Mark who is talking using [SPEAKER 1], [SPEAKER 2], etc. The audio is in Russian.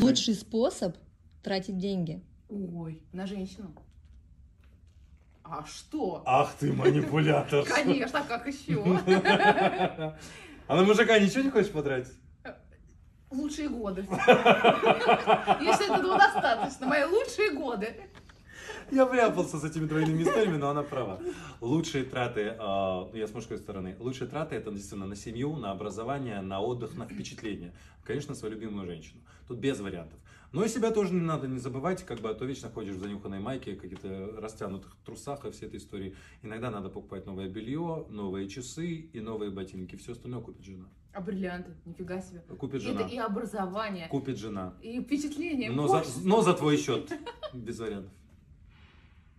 [SPEAKER 1] лучший способ тратить деньги?
[SPEAKER 2] Ой, на женщину. А что?
[SPEAKER 3] Ах ты манипулятор.
[SPEAKER 2] Конечно, как еще?
[SPEAKER 3] А на мужика ничего не хочешь потратить?
[SPEAKER 2] Лучшие годы. Если этого достаточно, мои лучшие годы.
[SPEAKER 3] Я вляпался с этими двойными историями, но она права. Лучшие траты, я с мужской стороны, лучшие траты это действительно на семью, на образование, на отдых, на впечатление. Конечно, свою любимую женщину. Тут без вариантов. Но и себя тоже не надо, не забывайте, а то вечно ходишь в занюханной майке, каких-то растянутых трусах и всей этой истории. Иногда надо покупать новое белье, новые часы и новые ботинки. Все остальное купит жена.
[SPEAKER 2] А бриллианты? Нифига себе.
[SPEAKER 3] Купит жена.
[SPEAKER 2] Это и образование,
[SPEAKER 3] Купит жена.
[SPEAKER 2] и впечатление.
[SPEAKER 3] Но за твой счет. Без вариантов.